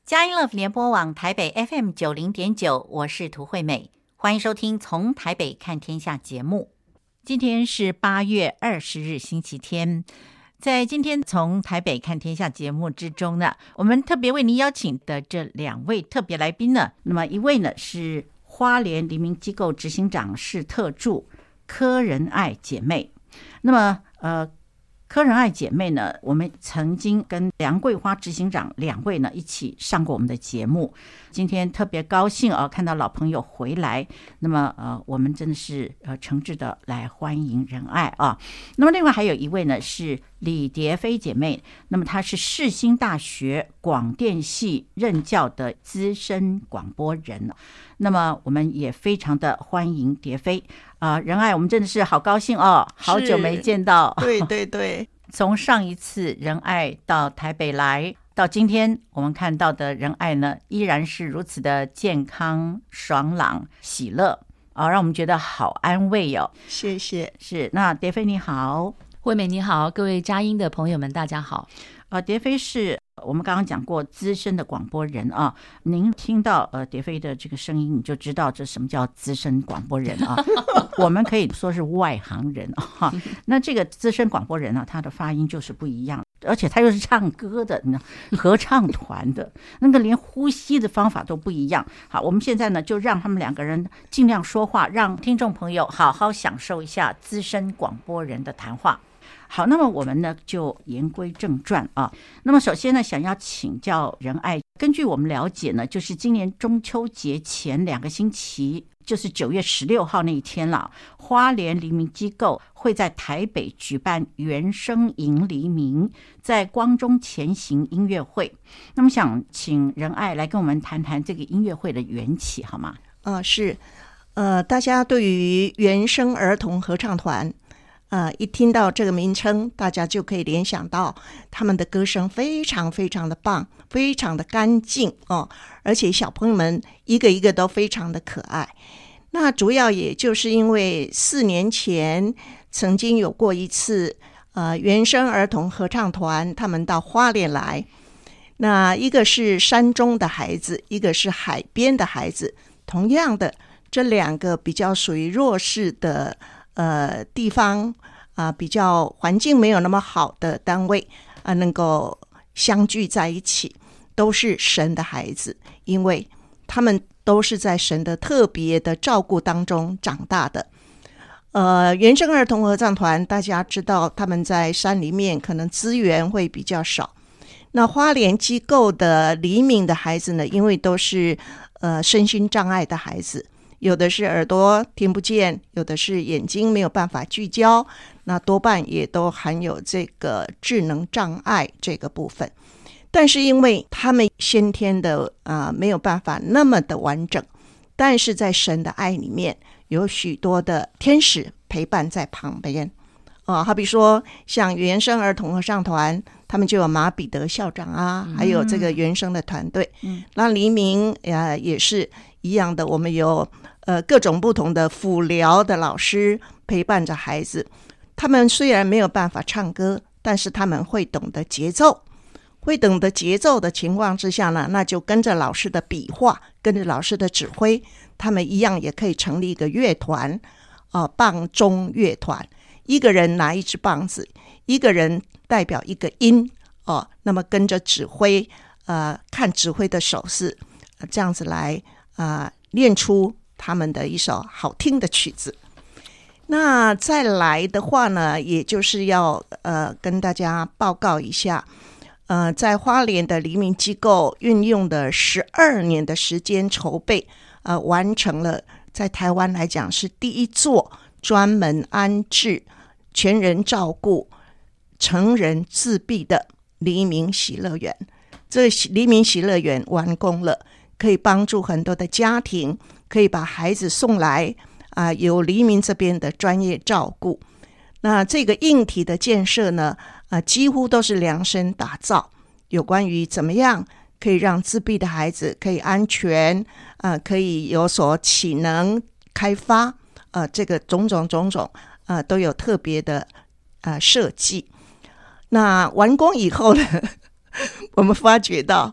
佳音 Love 联播网台北 FM90.9， 我是涂惠美，欢迎收听从台北看天下节目。今天是8月20日星期天，在今天从台北看天下节目之中呢，我们特别为您邀请的这2位特别来宾呢，那么一位呢是花莲黎明机构执行长室特助柯仁爱姐妹。那么柯仁爱姐妹呢，我们曾经跟梁桂花执行长2位呢一起上过我们的节目，今天特别高兴看到老朋友回来，那么我们真的是诚挚的来欢迎仁爱啊。那么另外还有一位呢是李蝶飞姐妹，那么她是世新大学广电系任教的资深广播人，那么我们也非常的欢迎蝶飞仁爱，我们真的是好高兴好久没见到。 对对对， 从上一次仁爱到台北来，到今天我们看到的仁爱呢，依然是如此的健康、爽朗、喜乐让我们觉得好安慰谢谢。 是，那蝶飞你好。 惠美你好，各位佳音的朋友们大家好。 蝶飞是我们刚刚讲过资深的广播人您听到蝶飞的这个声音，你就知道这什么叫资深广播人我们可以说是外行人那这个资深广播人他的发音就是不一样，而且他又是唱歌的，合唱团的，那个连呼吸的方法都不一样。好，我们现在呢就让他们2个人尽量说话，让听众朋友好好享受一下资深广播人的谈话。好，那么我们呢就言归正传那么首先呢，想要请教仁爱，根据我们了解呢，就是今年中秋节前2个星期，就是9月16号那一天了，花莲黎明机构会在台北举办原声迎黎明，在光中前行音乐会。那么想请仁爱来跟我们谈谈这个音乐会的缘起好吗？ 是大家对于原声儿童合唱团一听到这个名称，大家就可以联想到他们的歌声非常非常的棒，非常的干净而且小朋友们一个一个都非常的可爱。那主要也就是因为4年前曾经有过一次原声儿童合唱团他们到花莲来，那一个是山中的孩子，一个是海边的孩子，同样的这2个比较属于弱势的地方比较环境没有那么好的单位能够相聚在一起，都是神的孩子，因为他们都是在神的特别的照顾当中长大的。原声儿童合唱团大家知道他们在山里面可能资源会比较少，那花莲机构的黎明的孩子呢，因为都是身心障碍的孩子，有的是耳朵听不见，有的是眼睛没有办法聚焦，那多半也都含有这个智能障碍这个部分。但是因为他们先天的没有办法那么的完整，但是在神的爱里面有许多的天使陪伴在旁边好比说像原声儿童合唱团，他们就有马彼得校长还有这个原声的团队那黎明也是一样的，我们有各种不同的辅疗的老师陪伴着孩子，他们虽然没有办法唱歌，但是他们会懂得节奏，会懂得节奏的情况之下呢，那就跟着老师的笔画，跟着老师的指挥，他们一样也可以成立一个乐团棒中乐团，一个人拿一支棒子，一个人代表一个音那么跟着指挥看指挥的手势这样子来练出他们的一首好听的曲子。那再来的话呢，也就是要跟大家报告一下在花莲的黎明机构运用的12年的时间筹备完成了在台湾来讲是第一座专门安置全人照顾成人自闭的黎明喜乐园。这个黎明喜乐园完工了，可以帮助很多的家庭，可以把孩子送来由黎明这边的专业照顾。那这个硬体的建设呢几乎都是量身打造，有关于怎么样可以让自闭的孩子可以安全可以有所启能开发这个种种都有特别的设计。那完工以后呢我们发觉到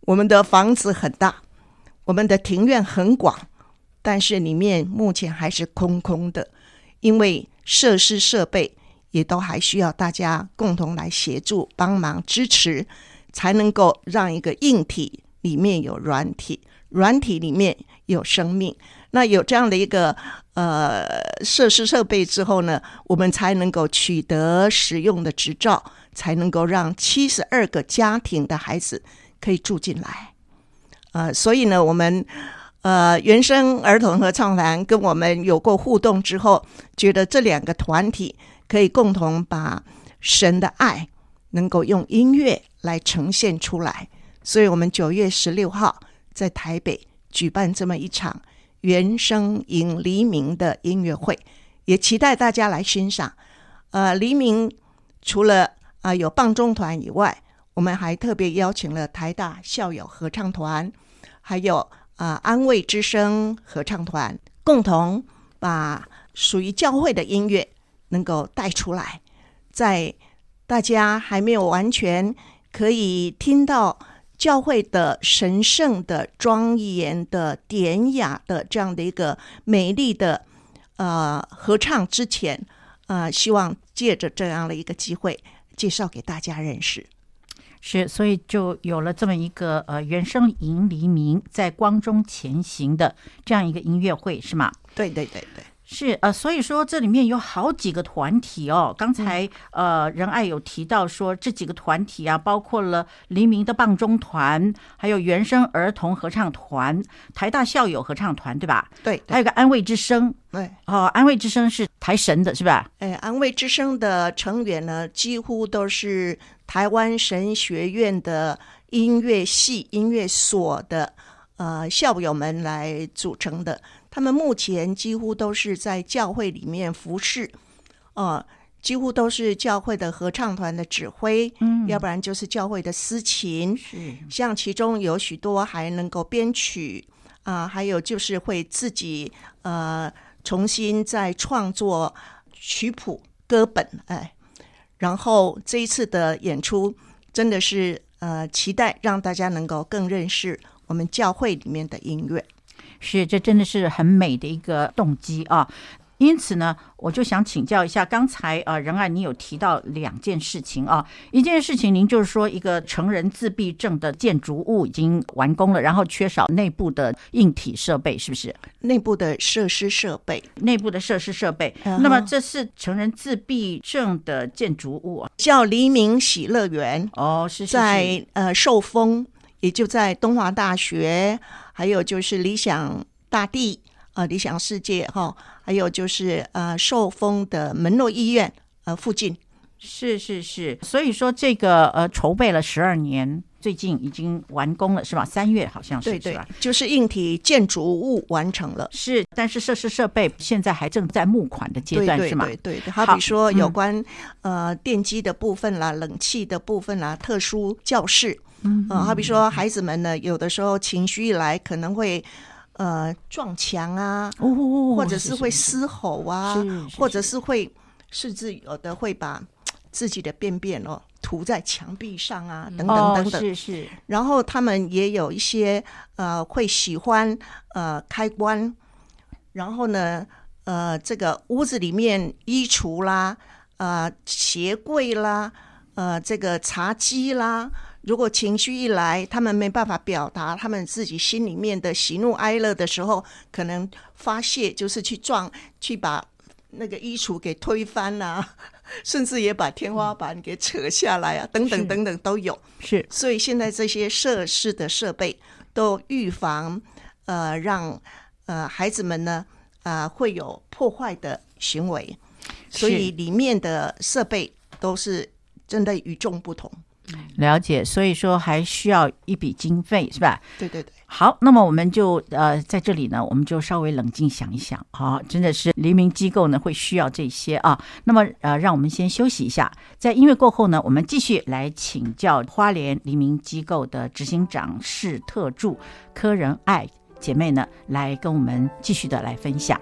我们的房子很大，我们的庭院很广，但是里面目前还是空空的，因为设施设备也都还需要大家共同来协助帮忙支持，才能够让一个硬体里面有软体，软体里面有生命。那有这样的一个设施设备之后呢，我们才能够取得使用的执照，才能够让72个家庭的孩子可以住进来。所以呢，我们原生儿童合唱团跟我们有过互动之后，觉得这两个团体可以共同把神的爱能够用音乐来呈现出来，所以我们9月16号在台北举办这么一场原声迎黎明的音乐会，也期待大家来欣赏。黎明除了有棒中团以外，我们还特别邀请了台大校友合唱团，还有安慰之声合唱团，共同把属于教会的音乐能够带出来，在大家还没有完全可以听到教会的神圣的庄严的典雅的这样的一个美丽的合唱之前，希望借着这样的一个机会介绍给大家认识。 是，所以就有了这么一个原声迎黎明在光中前行的这样一个音乐会，是吗？ 对对对对， 是所以说这里面有好几个团体哦。刚才仁爱有提到说这几个团体啊，包括了黎明的棒中团，还有原生儿童合唱团，台大校友合唱团，对吧？ 对， 还有个安慰之声。 对， 安慰之声是台神的，是吧？ 安慰之声的成员呢，几乎都是台湾神学院的音乐系、音乐所的校友们来组成的。他们目前几乎都是在教会里面服侍，几乎都是教会的合唱团的指挥，要不然就是教会的司琴，像其中有许多还能够编曲还有就是会自己重新再创作曲谱歌本，然后这一次的演出真的是期待让大家能够更认识我们教会里面的音乐。 是，这真的是很美的一个动机啊。因此呢，我就想请教一下，刚才仁爱你有提到2件事情啊。一件事情您就是说一个成人自闭症的建筑物已经完工了，然后缺少内部的硬体设备，是不是？ 内部的设施设备， 那么这是成人自闭症的建筑物叫黎明喜乐园是在寿丰，也就在东华大学，还有就是理想大地理想世界还有就是寿丰的门诺医院附近。 是，所以说这个筹备了12年，最近已经完工了，是吧？3月好像是， 对， 是吧？ 就是硬体建筑物完成了， 是，但是设施设备现在还正在募款的阶段，是吗？ 对，好比说有关电机的部分啦、冷气的部分啦、特殊教室，好比说孩子们呢，有的时候情绪一来可能会撞墙或者是会嘶吼或者是会甚至有的会把自己的便便涂在墙壁上等等等等。 是。 然后他们也有一些会喜欢开关，然后呢这个屋子里面衣橱啦、鞋柜啦、这个茶几啦，如果情绪一来，他们没办法表达他们自己心里面的喜怒哀乐的时候，可能发泄就是去把那个衣橱给推翻甚至也把天花板给扯下来等等等等都有。 是， 所以现在这些设施的设备都预防让孩子们呢会有破坏的行为，所以里面的设备都是真的与众不同。 了解，所以说还需要一笔经费，是吧？ 对。 好，那么我们就在这里呢，我们就稍微冷静想一想真的是黎明机构呢会需要这些那么让我们先休息一下，在音乐过后呢，我们继续来请教花莲黎明机构的执行长室特助柯仁爱姐妹呢，来跟我们继续的来分享。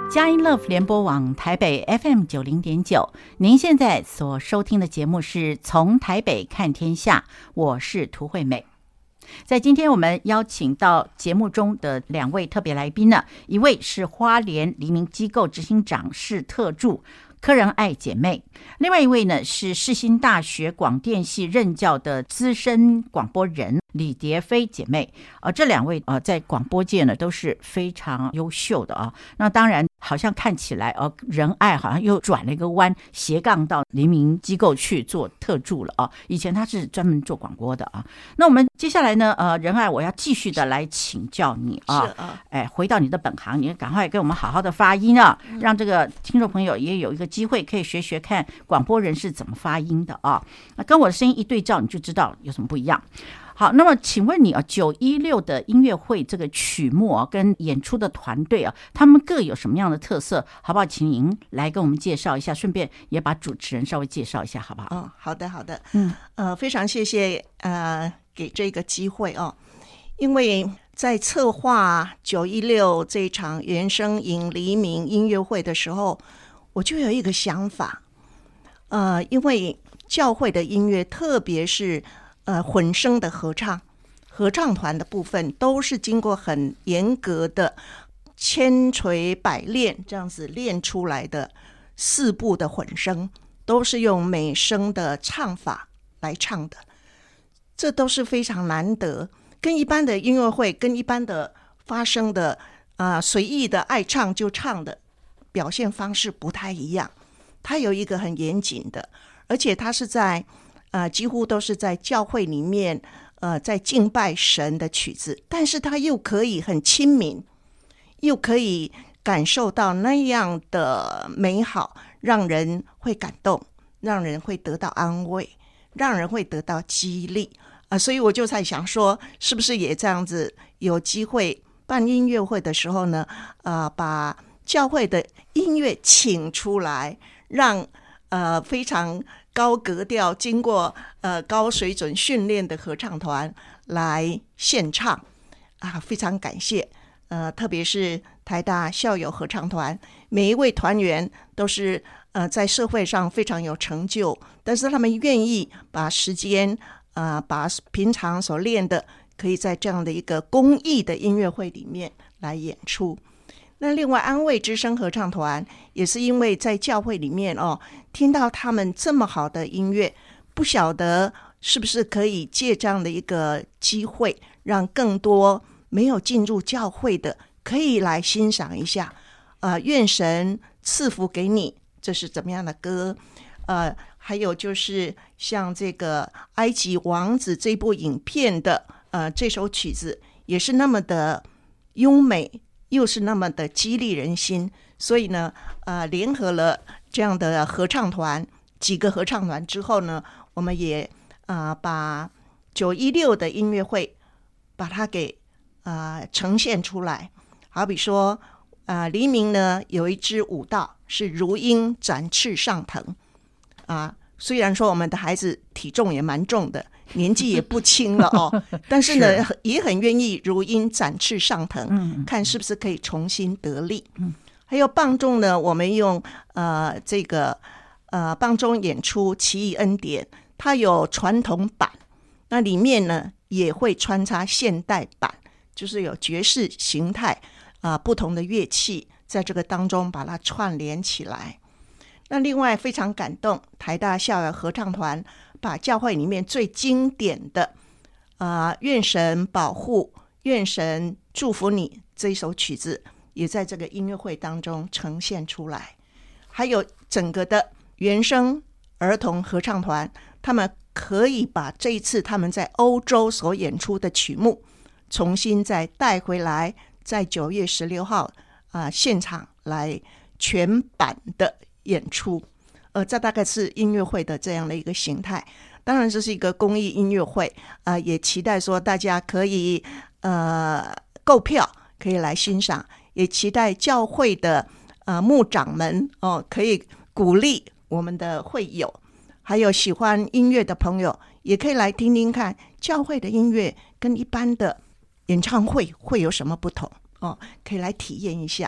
佳音 Love 联播网台北 FM 90.9，您现在所收听的节目是从台北看天下，我是涂惠美。在今天我们邀请到节目中的2位特别来宾呢，一位是花莲黎明机构执行长室特助柯仁爱姐妹，另外一位呢是世新大学广电系任教的资深广播人李蝶飞姐妹。这2位在广播界呢都是非常优秀的啊。那当然好像看起来仁爱好像又转了一个弯，斜杠到黎明机构去做特助了啊。以前他是专门做广播的啊。那我们接下来呢仁爱，我要继续的来请教你啊。回到你的本行，你赶快给我们好好的发音啊，让这个听众朋友也有一个机会可以学学看广播人是怎么发音的啊。跟我的声音一对照，你就知道有什么不一样。好，那么请问你916的音乐会这个曲目跟演出的团队他们各有什么样的特色，好不好？请您来跟我们介绍一下，顺便也把主持人稍微介绍一下，好不好？ 好的。非常谢谢给这个机会因为在策划916这一场原声迎黎明音乐会的时候，我就有一个想法，因为教会的音乐，特别是混声的合唱团的部分，都是经过很严格的千锤百炼这样子练出来的4部的混声，都是用美声的唱法来唱的，这都是非常难得，跟一般的音乐会，跟一般的发声的随意的爱唱就唱的表现方式不太一样。它有一个很严谨的，而且它是在几乎都是在教会里面在敬拜神的曲子，但是它又可以很亲民，又可以感受到那样的美好，让人会感动，让人会得到安慰，让人会得到激励所以我就在想说，是不是也这样子有机会办音乐会的时候呢把教会的音乐请出来，让非常高格调经过高水准训练的合唱团来献唱非常感谢特别是台大校友合唱团，每一位团员都是在社会上非常有成就，但是他们愿意把时间把平常所练的可以在这样的一个公益的音乐会里面来演出。那另外安慰之声合唱团也是因为在教会里面听到他们这么好的音乐，不晓得是不是可以借这样的一个机会，让更多没有进入教会的可以来欣赏一下愿神赐福给你，这是怎么样的歌还有就是像这个埃及王子这部影片的这首曲子也是那么的优美，又是那么的激励人心，所以呢联合了这样的合唱团，几个合唱团之后呢，我们也把916的音乐会把它给呈现出来。好比说黎明呢有一支舞蹈是如鹰展翅上腾虽然说我们的孩子体重也蛮重的，年纪也不轻了但是呢也很愿意如鹰展翅上腾看是不是可以重新得力还有棒中呢，我们用这个棒中演出奇异恩典，它有传统版，那里面呢也会穿插现代版，就是有爵士形态不同的乐器在这个当中把它串联起来。那另外非常感动，台大校友合唱团把教会里面最经典的愿神保护愿神祝福你这一首曲子也在这个音乐会当中呈现出来。还有整个的原声儿童合唱团，他们可以把这一次他们在欧洲所演出的曲目重新再带回来，在9月16号现场来全版的演出这大概是音乐会的这样的一个形态。当然这是一个公益音乐会也期待说大家可以购票可以来欣赏，也期待教会的牧长们可以鼓励我们的会友，还有喜欢音乐的朋友也可以来听听看教会的音乐跟一般的演唱会会有什么不同可以来体验一下。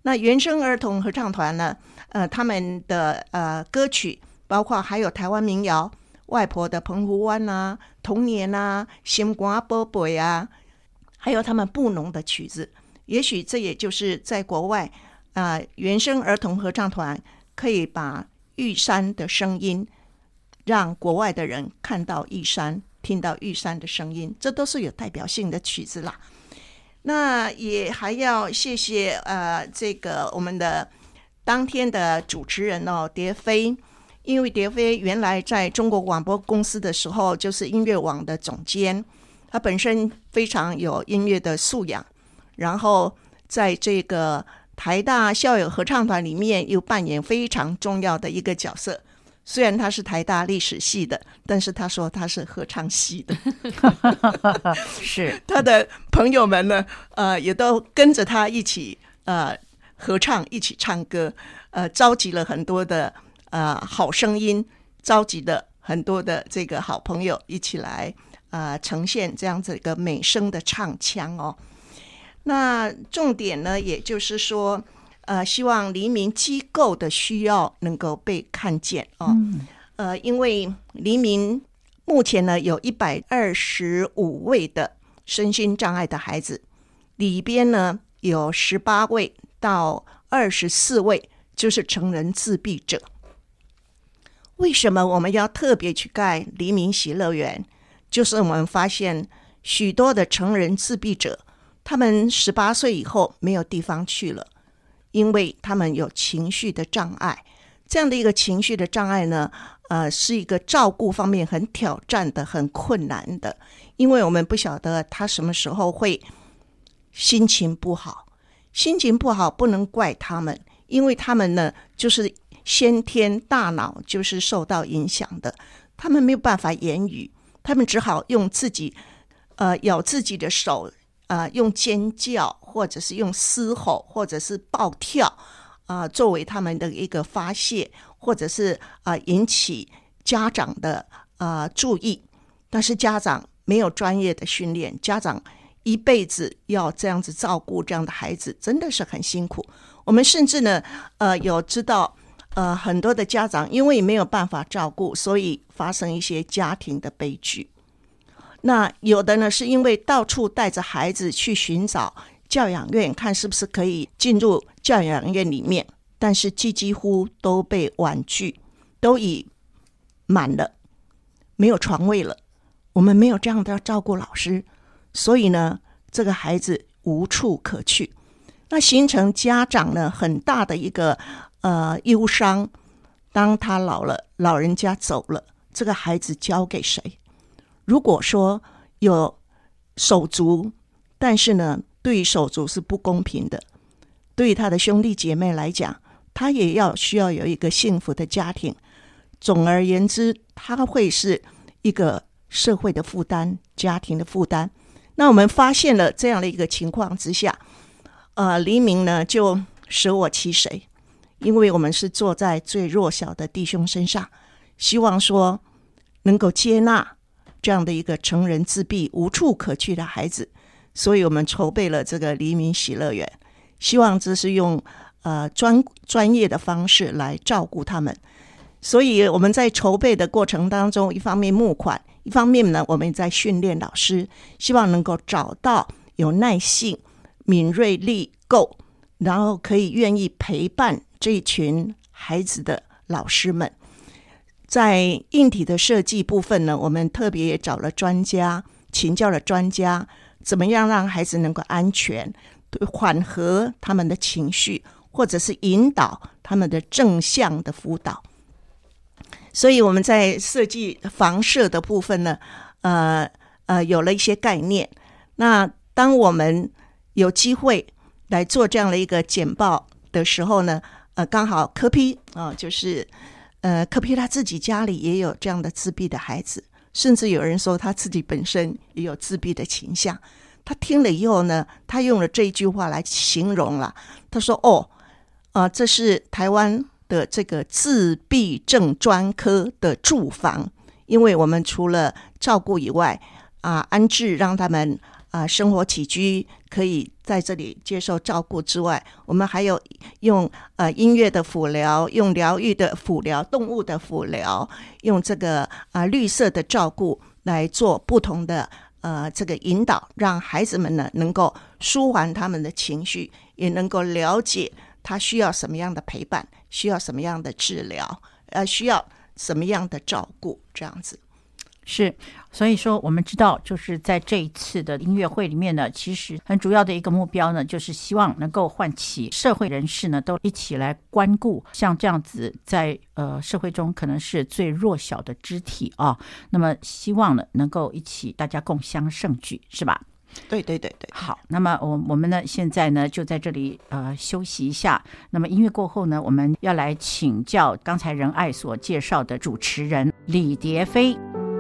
那原声儿童合唱团呢，他们的歌曲包括还有台湾民谣、外婆的澎湖湾啊、童年啊、心肝宝贝啊，还有他们布农的曲子。也许这也就是在国外原声儿童合唱团可以把玉山的声音让国外的人看到玉山，听到玉山的声音，这都是有代表性的曲子啦。那也还要谢谢这个我们的当天的主持人蝶飞，因为蝶飞原来在中国广播公司的时候就是音乐网的总监，他本身非常有音乐的素养，然后在这个台大校友合唱团里面又扮演非常重要的一个角色。虽然他是台大历史系的，但是他说他是合唱系的是他的朋友们呢也都跟着他一起合唱，一起唱歌，召集了很多的好声音，召集了很多的这个好朋友一起来呈现这样子一个美声的唱腔哦。那重点呢，也就是说希望黎明机构的需要能够被看见哦。因为黎明目前呢有125位的身心障碍的孩子，里边呢有18位到24位就是成人自闭者。为什么我们要特别去盖黎明喜乐园？就是我们发现许多的成人自闭者，他们18岁以后没有地方去了，因为他们有情绪的障碍。这样的一个情绪的障碍呢是一个照顾方面很挑战的、很困难的，因为我们不晓得他什么时候会心情不好。心情不好不能怪他们，因为他们呢就是先天大脑就是受到影响的，他们没有办法言语，他们只好用自己咬自己的手用尖叫或者是用嘶吼或者是暴跳作为他们的一个发泄，或者是引起家长的注意。但是家长没有专业的训练，家长一辈子要这样子照顾这样的孩子，真的是很辛苦。我们甚至呢有知道很多的家长因为没有办法照顾，所以发生一些家庭的悲剧。那有的呢是因为到处带着孩子去寻找教养院，看是不是可以进入教养院里面，但是几乎都被婉拒，都已满了，没有床位了，我们没有这样的照顾老师，所以呢这个孩子无处可去，那形成家长呢很大的一个忧伤。当他老了，老人家走了，这个孩子交给谁？如果说有手足，但是呢对于手足是不公平的，对于他的兄弟姐妹来讲，他也需要有一个幸福的家庭。总而言之，他会是一个社会的负担，家庭的负担。那我们发现了这样的一个情况之下，黎明呢就舍我其谁，因为我们是坐在最弱小的弟兄身上，希望说能够接纳这样的一个成人自闭无处可去的孩子，所以我们筹备了这个黎明喜乐园，希望这是用专业的方式来照顾他们。所以我们在筹备的过程当中，一方面募款，一方面呢我们在训练老师，希望能够找到有耐性、敏锐力够，然后可以愿意陪伴这一群孩子的老师们。在硬体的设计部分呢，我们特别也找了专家，请教了专家怎么样让孩子能够安全，缓和他们的情绪，或者是引导他们的正向的辅导。所以我们在设计房舍的部分呢有了一些概念。那当我们有机会来做这样的一个简报的时候呢刚好柯 P 就是柯 P 他自己家里也有这样的自闭的孩子，甚至有人说他自己本身也有自闭的倾向。他听了以后呢，他用了这一句话来形容了，他说这是台湾的这个自闭症专科的住房，因为我们除了照顾以外安置，让他们生活起居可以在这里接受照顾之外，我们还有用音乐的辅疗，用疗愈的辅疗，动物的辅疗，用这个绿色的照顾来做不同的这个引导，让孩子们呢能够舒缓他们的情绪，也能够了解他需要什么样的陪伴，需要什么样的治疗，需要什么样的照顾，这样子。 是，所以说我们知道就是在这一次的音乐会里面呢，其实很主要的一个目标呢，就是希望能够唤起社会人士呢都一起来关顾像这样子在社会中可能是最弱小的肢体啊，那么希望呢能够一起大家共襄盛举，是吧？ 对对对对。 好，那么我们呢现在呢就在这里休息一下，那么音乐过后呢，我们要来请教刚才仁爱所介绍的主持人李蝶飞。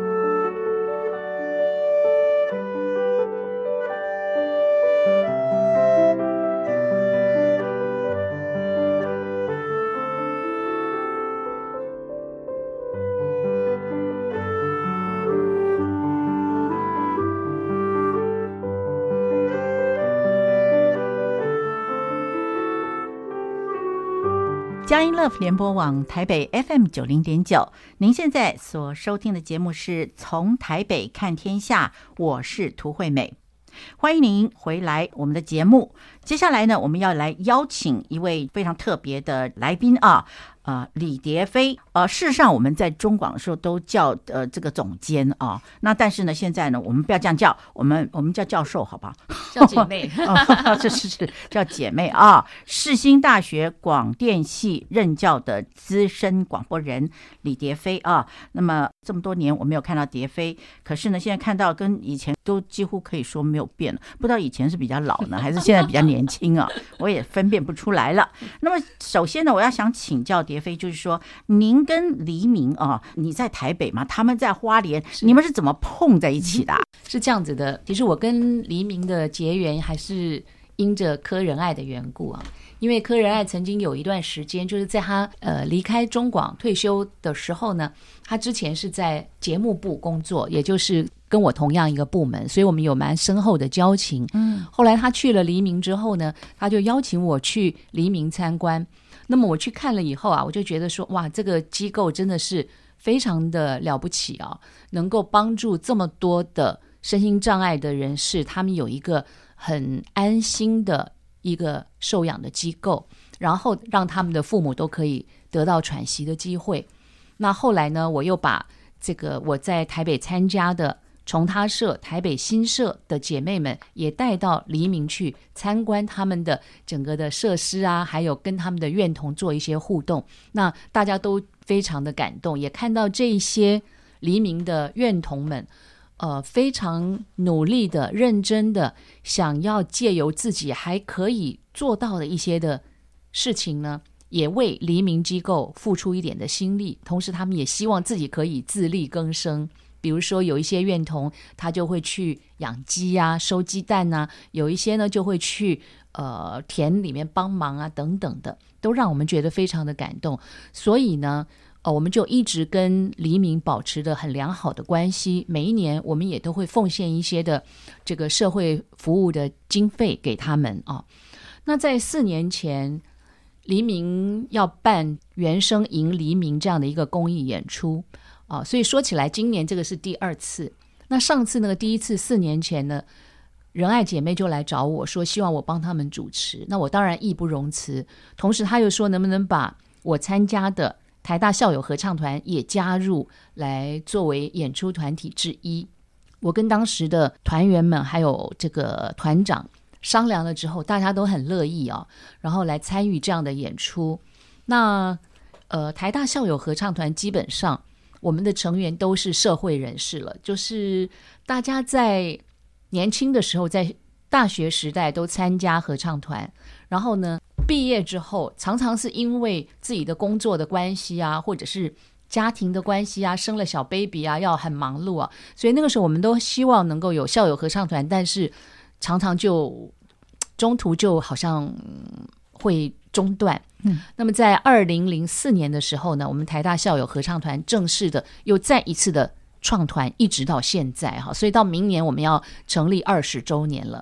佳音 Love 联播网台北 FM 90.9，您现在所收听的节目是从台北看天下，我是涂惠美，欢迎您回来我们的节目。接下来呢，我们要来邀请一位非常特别的来宾啊，李蝶飞。事实上我们在中广的时候都叫这个总监啊，那但是呢现在呢我们不要这样叫，我们叫教授好不好？ 叫姐妹是叫姐妹啊。世新大学广电系任教的资深广播人李蝶飞啊。那么这么多年我没有看到蝶飞，可是呢现在看到跟以前都几乎可以说没有变了，不知道以前是比较老呢还是现在比较年轻啊，我也分辨不出来了。那么首先呢，我要想请教蝶飞，就是说您跟黎明啊，你在台北嘛，他们在花莲，你们是怎么碰在一起的？ 是这样子的，其实我跟黎明的结缘还是因着柯仁爱的缘故啊。因为柯仁爱曾经有一段时间，就是在他离开中广退休的时候呢，他之前是在节目部工作，也就是跟我同样一个部门，所以我们有蛮深厚的交情。后来他去了黎明之后呢，他就邀请我去黎明参观。那么我去看了以后啊，我就觉得说，哇，这个机构真的是非常的了不起啊，能够帮助这么多的身心障碍的人士，他们有一个很安心的一个受养的机构，然后让他们的父母都可以得到喘息的机会。那后来呢，我又把这个我在台北参加的从他社、台北新社的姐妹们也带到黎明去参观他们的整个的设施啊，还有跟他们的院童做一些互动。那大家都非常的感动，也看到这一些黎明的院童们非常努力的、认真的想要借由自己还可以做到的一些的事情呢，也为黎明机构付出一点的心力，同时他们也希望自己可以自力更生。比如说有一些院童他就会去养鸡啊、收鸡蛋啊，有一些呢就会去田里面帮忙啊等等的，都让我们觉得非常的感动。所以呢我们就一直跟黎明保持着很良好的关系，每一年我们也都会奉献一些的这个社会服务的经费给他们啊。那在4年前，黎明要办原声迎黎明这样的一个公益演出啊，所以说起来今年这个是第2次。那上次那个第1次4年前呢，仁爱姐妹就来找我说希望我帮他们主持，那我当然义不容辞，同时他又说能不能把我参加的台大校友合唱团也加入来作为演出团体之一。我跟当时的团员们还有这个团长商量了之后，大家都很乐意啊，然后来参与这样的演出。那台大校友合唱团基本上我们的成员都是社会人士了，就是大家在年轻的时候在大学时代都参加合唱团，然后呢毕业之后常常是因为自己的工作的关系啊，或者是家庭的关系啊，生了小 baby 啊，要很忙碌啊，所以那个时候我们都希望能够有校友合唱团，但是常常就中途就好像会中断。那么在2004年的时候呢，我们台大校友合唱团正式的又再一次的创团，一直到现在哈，所以到明年我们要成立20周年了。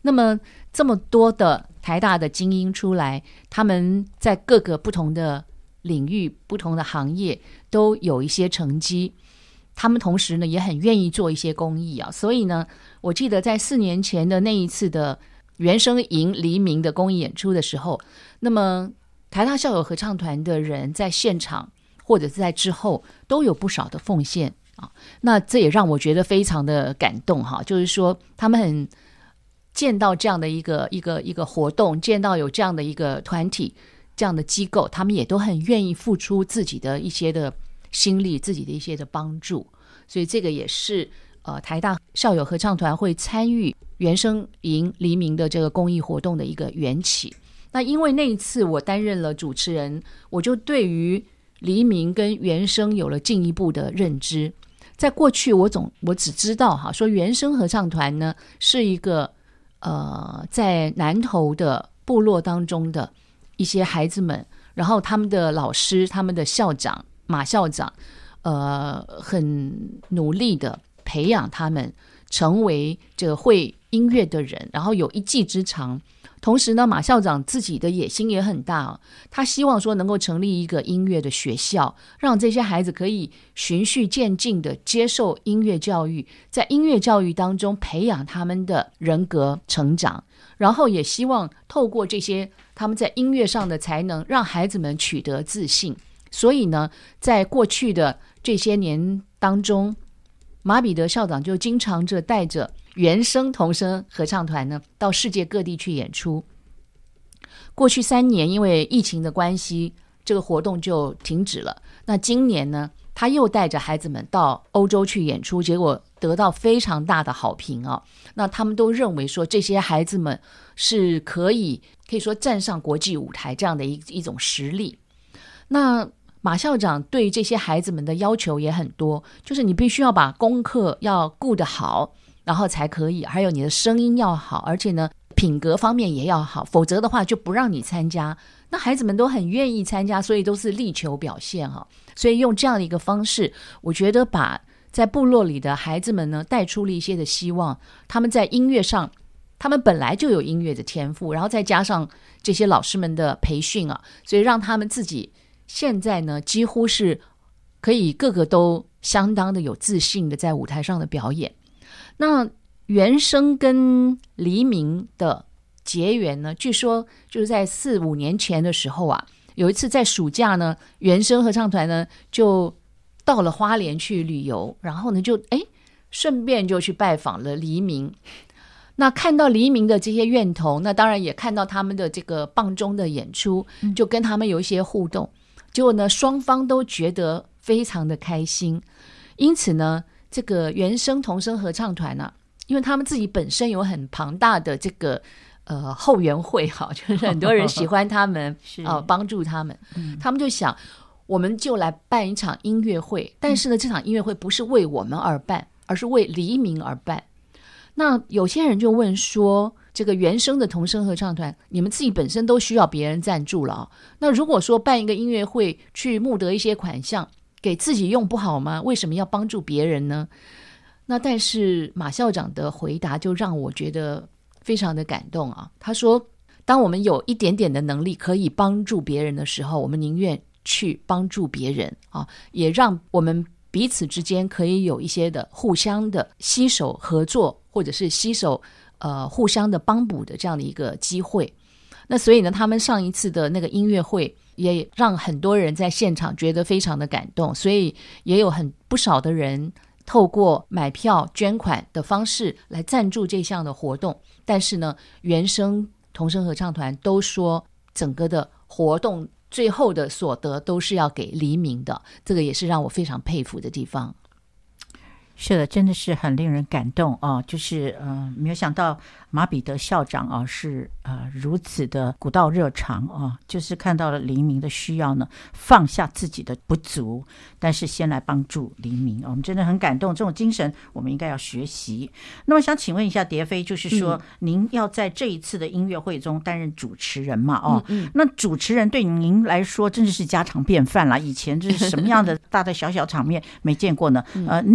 那么这么多的台大的精英出来，他们在各个不同的领域、不同的行业都有一些成绩，他们同时呢也很愿意做一些公益啊。所以呢，我记得在4年前的那一次的原声迎黎明的公益演出的时候，那么台大校友合唱团的人在现场或者是在之后都有不少的奉献啊。那这也让我觉得非常的感动哈，就是说他们很见到这样的一个活动，见到有这样的一个团体、这样的机构，他们也都很愿意付出自己的一些的心力、自己的一些的帮助。所以这个也是台大校友合唱团会参与原声迎黎明的这个公益活动的一个缘起。那因为那一次我担任了主持人，我就对于黎明跟原声有了进一步的认知。在过去我只知道哈，说原声合唱团呢是一个在南投的部落当中的一些孩子们，然后他们的老师、他们的校长马校长很努力的培养他们成为这个会音乐的人，然后有一技之长。同时呢，马校长自己的野心也很大，他希望说能够成立一个音乐的学校，让这些孩子可以循序渐进的接受音乐教育，在音乐教育当中培养他们的人格成长，然后也希望透过这些他们在音乐上的才能，让孩子们取得自信。所以呢，在过去的这些年当中，马彼得校长就经常带着原声童声合唱团呢到世界各地去演出。过去3年因为疫情的关系，这个活动就停止了。那今年呢，他又带着孩子们到欧洲去演出，结果得到非常大的好评啊。那他们都认为说这些孩子们是可以说站上国际舞台这样的一种实力。那马校长对这些孩子们的要求也很多，就是你必须要把功课要顾得好，然后才可以，还有你的声音要好，而且呢品格方面也要好，否则的话就不让你参加。那孩子们都很愿意参加，所以都是力求表现哈。所以用这样的一个方式，我觉得把在部落里的孩子们呢带出了一些的希望。他们在音乐上，他们本来就有音乐的天赋，然后再加上这些老师们的培训啊，所以让他们自己现在呢几乎是可以个个都相当的有自信的在舞台上的表演。那原声跟黎明的结缘呢，据说就是在4-5年前的时候啊，有一次在暑假呢，原声合唱团呢就到了花莲去旅游，然后呢就顺便就去拜访了黎明。那看到黎明的这些乐童，那当然也看到他们的这个棒钟的演出，就跟他们有一些互动。结果呢，双方都觉得非常的开心。因此呢，这个原声童声合唱团啊，因为他们自己本身有很庞大的这个后援会哈，就是很多人喜欢他们帮助他们，他们就想我们就来办一场音乐会，但是呢，这场音乐会不是为我们而办，而是为黎明而办。那有些人就问说，这个原声的童声合唱团，你们自己本身都需要别人赞助了那如果说办一个音乐会去募得一些款项给自己用不好吗？为什么要帮助别人呢？那但是马校长的回答就让我觉得非常的感动啊。他说，当我们有一点点的能力可以帮助别人的时候，我们宁愿去帮助别人啊，也让我们彼此之间可以有一些的互相的携手合作，或者是携手互相的帮补的这样的一个机会。那所以呢，他们上一次的那个音乐会也让很多人在现场觉得非常的感动，所以也有不少的人透过买票捐款的方式来赞助这项的活动。但是呢，原声童声合唱团都说整个的活动最后的所得都是要给黎明的，这个也是让我非常佩服的地方。 是的，真的是很令人感动啊！就是没有想到马彼得校长啊是如此的古道热肠啊，就是看到了黎明的需要呢，放下自己的不足，但是先来帮助黎明我们真的很感动，这种精神我们应该要学习。那么想请问一下蝶飞，就是说您要在这一次的音乐会中担任主持人嘛那主持人对您来说真的是家常便饭啦，以前就是什么样的大大小小场面没见过呢？您好不好稍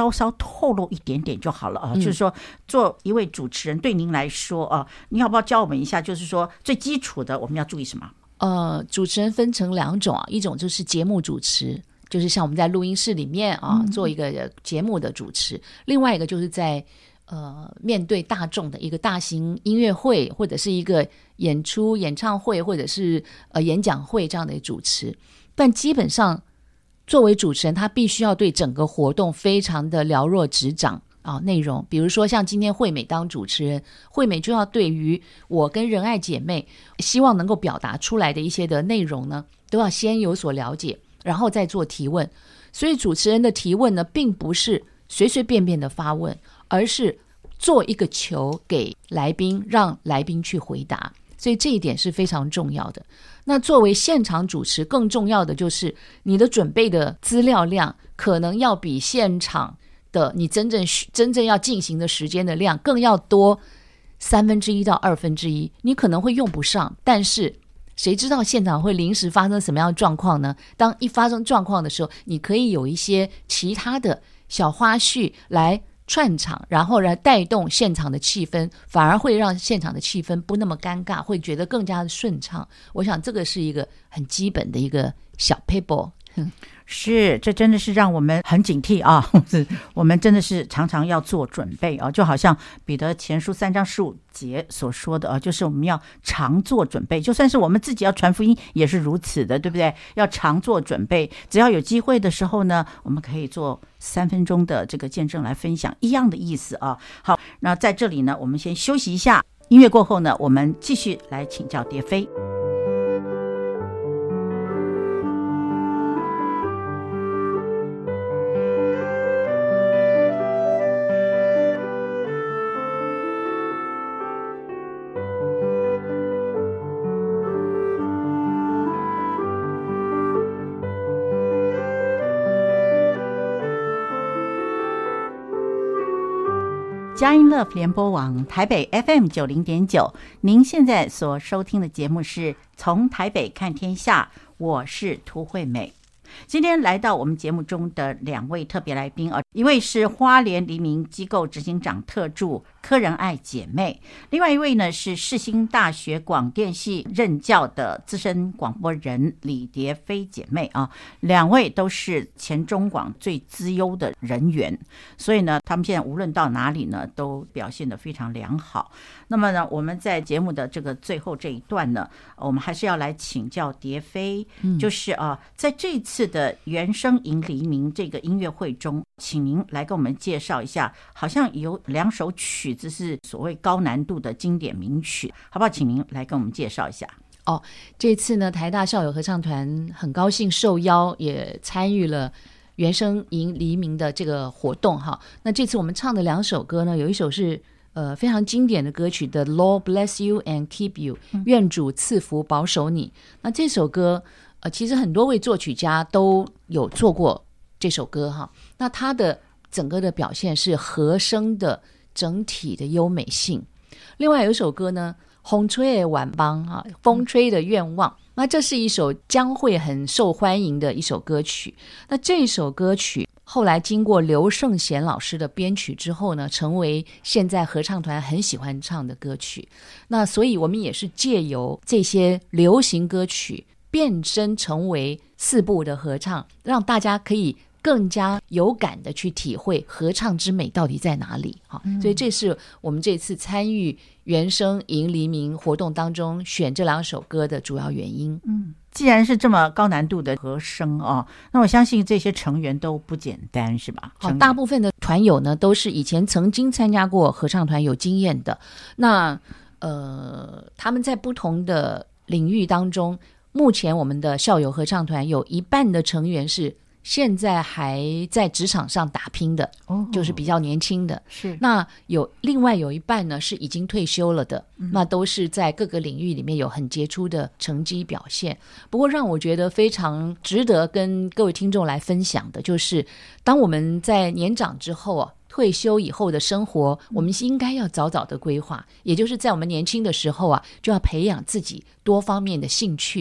稍稍透露一点点就好了就是说做一位主持人对您来说你要不要教我们一下，就是说最基础的我们要注意什么？ 主持人分成2种一种就是节目主持，就是像我们在录音室里面做一个节目的主持，另外一个就是在面对大众的一个大型音乐会，或者是一个演出演唱会，或者是演讲会这样的主持。但基本上作为主持人，他必须要对整个活动非常的了若指掌内容。比如说像今天惠美当主持人，惠美就要对于我跟仁爱姐妹希望能够表达出来的一些的内容呢，都要先有所了解，然后再做提问。所以主持人的提问呢，并不是随随便便的发问，而是做一个球给来宾，让来宾去回答。所以这一点是非常重要的。那作为现场主持，更重要的就是你的准备的资料量可能要比现场的你真正要进行的时间的量更要多1/3到1/2，你可能会用不上，但是谁知道现场会临时发生什么样的状况呢？当一发生状况的时候，你可以有一些其他的小花絮来串场，然后来带动现场的气氛，反而会让现场的气氛不那么尴尬，会觉得更加的顺畅。我想这个是一个很基本的一个小 paper。 是，这真的是让我们很警惕我们真的是常常要做准备就好像彼得前书3章15节所说的就是我们要常做准备，就算是我们自己要传福音也是如此的，对不对？要常做准备，只要有机会的时候呢，我们可以做3分钟的这个见证来分享，一样的意思好，那在这里呢，我们先休息一下，音乐过后呢，我们继续来请教蝶飞。佳音乐联播网台北 FM90.9， 您现在所收听的节目是从台北看天下，我是涂惠美。今天来到我们节目中的2位特别来宾一位是花莲黎明机构执行长特助柯仁爱姐妹，另外一位呢是世新大学广电系任教的资深广播人李蝶飞姐妹2位都是前中广最资优的人员，所以呢他们现在无论到哪里呢都表现得非常良好。那么呢我们在节目的这个最后这一段呢，我们还是要来请教蝶飞，就是在这次的原声迎黎明这个音乐会中，请您来跟我们介绍一下，好像有2首曲子是所谓高难度的经典名曲，好不好？请您来跟我们介绍一下。 这次呢台大校友合唱团很高兴受邀也参与了原声迎黎明的这个活动那这次我们唱的2首歌呢，有一首是非常经典的歌曲的 Lord bless you and keep you， 愿主赐福保守你。那这首歌其实很多位作曲家都有做过这首歌那它的整个的表现是和声的整体的优美性。另外有一首歌呢，风吹的晚邦风吹的愿望，那这是一首将会很受欢迎的一首歌曲。那这首歌曲后来经过刘圣贤老师的编曲之后呢，成为现在合唱团很喜欢唱的歌曲。那所以我们也是借由这些流行歌曲变身成为4部的合唱，让大家可以更加有感的去体会合唱之美到底在哪里所以这是我们这次参与原声迎黎明活动当中选这2首歌的主要原因。 既然是这么高难度的和声那我相信这些成员都不简单，是吧？ 大部分的团友呢都是以前曾经参加过合唱团有经验的，那他们在不同的领域当中，目前我们的校友合唱团有一半的成员是现在还在职场上打拼的就是比较年轻的。 是， 那另外有一半呢是已经退休了的那都是在各个领域里面有很杰出的成绩表现。不过让我觉得非常值得跟各位听众来分享的就是当我们在年长之后退休以后的生活，我们是应该要早早的规划，也就是在我们年轻的时候就要培养自己多方面的兴趣，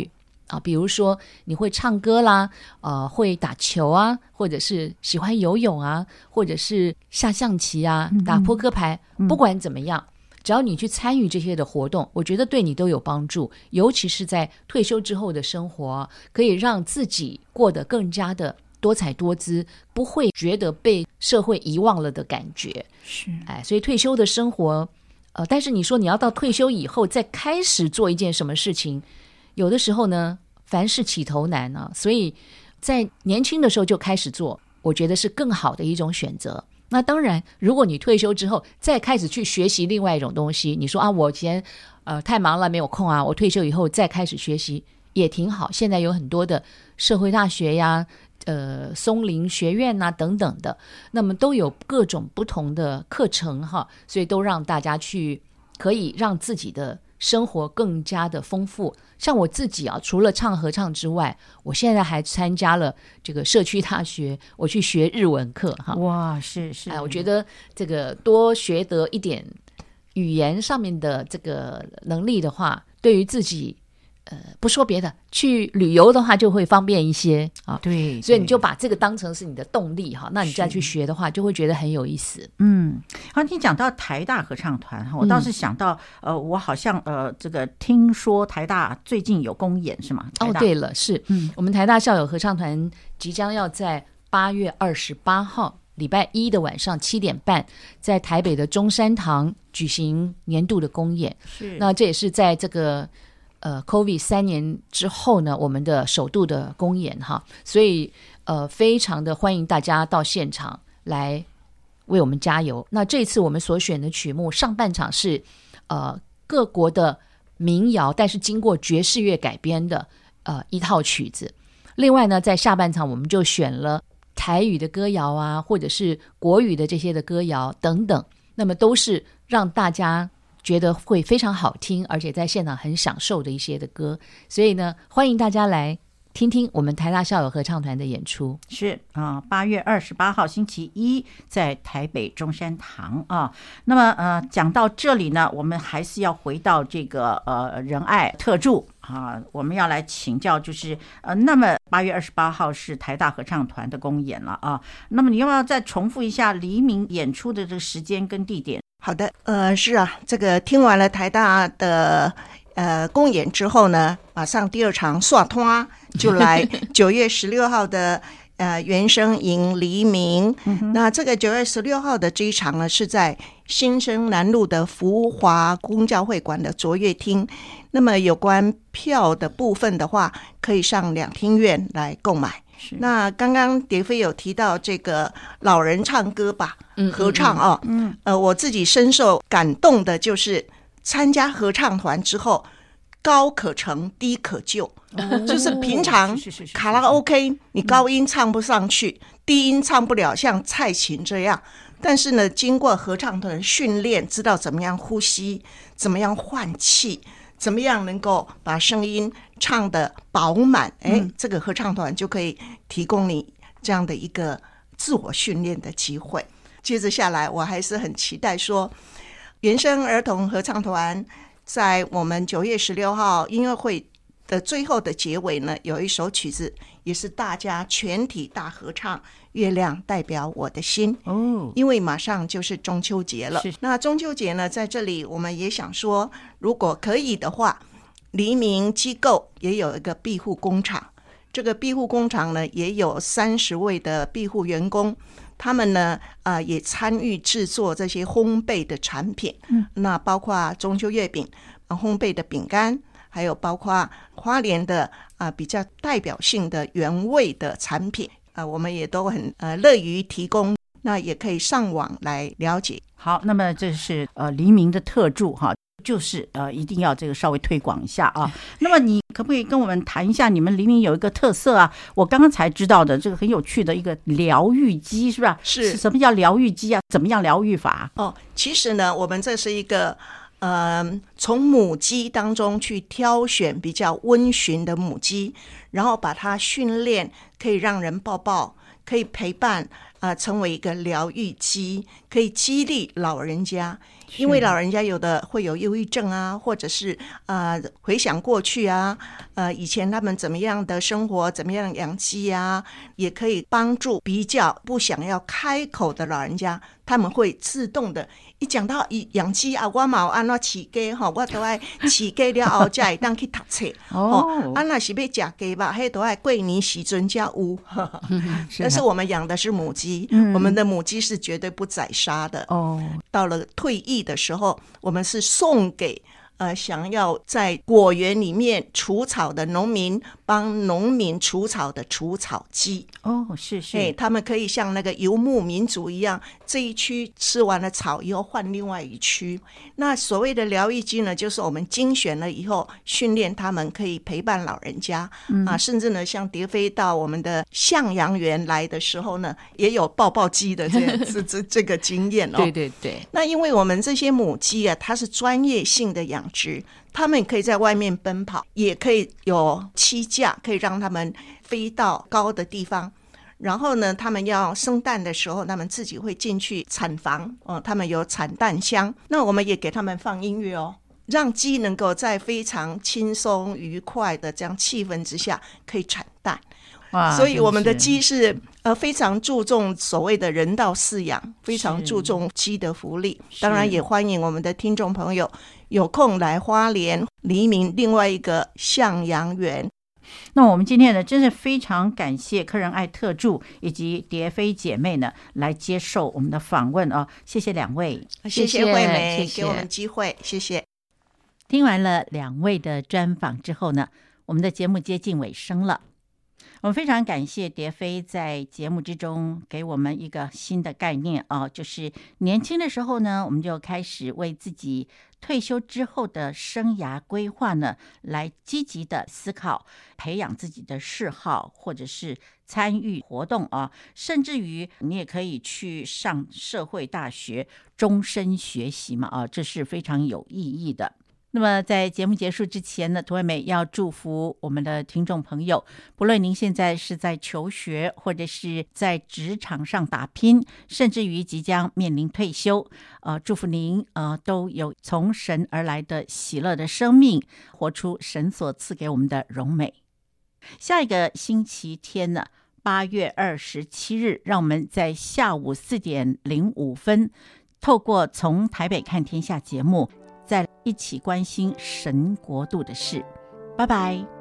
啊，比如说你会唱歌啦，会打球啊，或者是喜欢游泳啊，或者是下象棋啊，打扑克牌，不管怎么样，只要你去参与这些的活动，我觉得对你都有帮助，尤其是在退休之后的生活，可以让自己过得更加的多彩多姿，不会觉得被社会遗忘了的感觉。 是， 所以退休的生活，但是你说你要到退休以后再开始做一件什么事情，有的时候呢，凡事起头难啊，所以在年轻的时候就开始做，我觉得是更好的一种选择。那当然，如果你退休之后再开始去学习另外一种东西，你说啊，我以前太忙了没有空啊，我退休以后再开始学习也挺好。现在有很多的社会大学呀、松林学院啊等等的，那么都有各种不同的课程哈，所以都让大家去可以让自己的生活更加的丰富。像我自己啊，除了唱合唱之外，我现在还参加了这个社区大学，我去学日文课哈。 哇，是， 我觉得这个多学得一点语言上面的这个能力的话，对于自己不说别的，去旅游的话就会方便一些啊。 对， 所以你就把这个当成是你的动力哈，那你再去学的话，就会觉得很有意思。 好，你讲到台大合唱团，我倒是想到，我好像这个听说台大最近有公演是吗？ 哦，对了，是，我们台大校友合唱团即将要在8月28号礼拜一的晚上7点半，在台北的中山堂举行年度的公演。 是， 那这也是在这个COVID 3年之后呢，我们的首度的公演哈，所以非常的欢迎大家到现场来为我们加油。那这次我们所选的曲目，上半场是各国的民谣，但是经过爵士乐改编的一套曲子。另外呢，在下半场我们就选了台语的歌谣啊，或者是国语的这些的歌谣等等，那么都是让大家觉得会非常好听，而且在现场很享受的一些的歌。所以呢，欢迎大家来听听我们台大校友合唱团的演出。 是8月28号星期一在台北中山堂啊。那么讲到这里呢，我们还是要回到这个仁爱特助啊，我们要来请教，就是那么8月28号是台大合唱团的公演了啊。那么你要不要再重复一下黎明演出的这个时间跟地点？ 好的，是啊，这个听完了台大的公演之后呢，马上第二场刷拖就来9月16号的原声迎黎明。那这个9月16号的这一场呢，是在新生南路的福华公教会馆的卓越厅。那么有关票的部分的话，可以上两厅院来购买。那刚刚蝶飞有提到这个老人唱歌吧，合唱啊，我自己深受感动的就是参加合唱团之后，高可成低可就，就是平常卡拉 OK 你高音唱不上去，低音唱不了，像蔡琴这样，但是呢，经过合唱团训练，知道怎么样呼吸，怎么样换气，怎么样能够把声音唱得饱满，这个合唱团就可以提供你这样的一个自我训练的机会。接着下来，我还是很期待说，原声儿童合唱团在我们9月16号音乐会的最后的结尾呢，有一首曲子也是大家全体大合唱，月亮代表我的心。因为马上就是中秋节了，那中秋节呢，在这里我们也想说，如果可以的话，黎明机构也有一个庇护工厂，这个庇护工厂呢，也有30位的庇护员工，他们呢也参与制作这些烘焙的产品，那包括中秋月饼、烘焙的饼干，还有包括花莲的比较代表性的原味的产品，我们也都很乐于提供，那也可以上网来了解。 好，那么这是黎明的特助哈，就是一定要这个稍微推广一下啊。那么你可不可以跟我们谈一下，你们黎明有一个特色啊？我刚刚才知道的，这个很有趣的一个疗愈机，是吧？是什么叫疗愈机啊？怎么样疗愈法？ 其实呢，我们这是一个从母鸡当中去挑选比较温驯的母鸡，然后把它训练可以让人抱抱，可以陪伴成为一个疗愈机，可以激励老人家。因为老人家有的会有忧郁症啊，或者是回想过去啊，以前他们怎么样的生活，怎么样养鸡啊，也可以帮助比较不想要开口的老人家，他们会自动的一讲到养鸡啊，我嘛有安怎饲鸡吼，我都爱饲鸡了后才会当去读册哦。啊，那是要食鸡吧，迄都爱过年时阵才有。但是我们养的是母鸡，我们的母鸡是绝对不宰杀的哦。到了退役的时候，我们是送给想要在果园里面除草的农民，帮农民除草的除草机哦，是他们可以像那个游牧民族一样，这一区吃完了草以后换另外一区。那所谓的疗愈机呢，就是我们精选了以后训练他们可以陪伴老人家甚至呢像蝶飞到我们的向阳园来的时候呢，也有抱抱鸡的这个经验哦。 对对对。 那因为我们这些母鸡啊，它是专业性的养殖，他们可以在外面奔跑，也可以有栖架，可以让他们飞到高的地方。然后呢，他们要生蛋的时候，他们自己会进去产房他们有产蛋箱。那我们也给他们放音乐哦，让鸡能够在非常轻松愉快的这样气氛之下可以产蛋。所以我们的鸡是非常注重所谓的人道饲养，非常注重鸡的福利。当然也欢迎我们的听众朋友有空来花莲黎明另外一个向阳园。 那我们今天呢，真是非常感谢柯仁爱特助以及蝶飞姐妹呢来接受我们的访问哦，谢谢两位， 谢谢惠美给我们机会，谢谢。 听完了两位的专访之后呢，我们的节目接近尾声了。我们非常感谢蝶飞在节目之中给我们一个新的概念就是年轻的时候呢，我们就开始为自己退休之后的生涯规划呢，来积极的思考，培养自己的嗜好，或者是参与活动甚至于你也可以去上社会大学终身学习嘛这是非常有意义的。那么在节目结束之前呢，涂惠美要祝福我们的听众朋友，不论您现在是在求学，或者是在职场上打拼，甚至于即将面临退休，祝福您都有从神而来的喜乐的生命，活出神所赐给我们的荣美。下一个星期天呢，8月27日，让我们在下午4点05分，透过从台北看天下节目，再一起关心神国度的事。拜拜。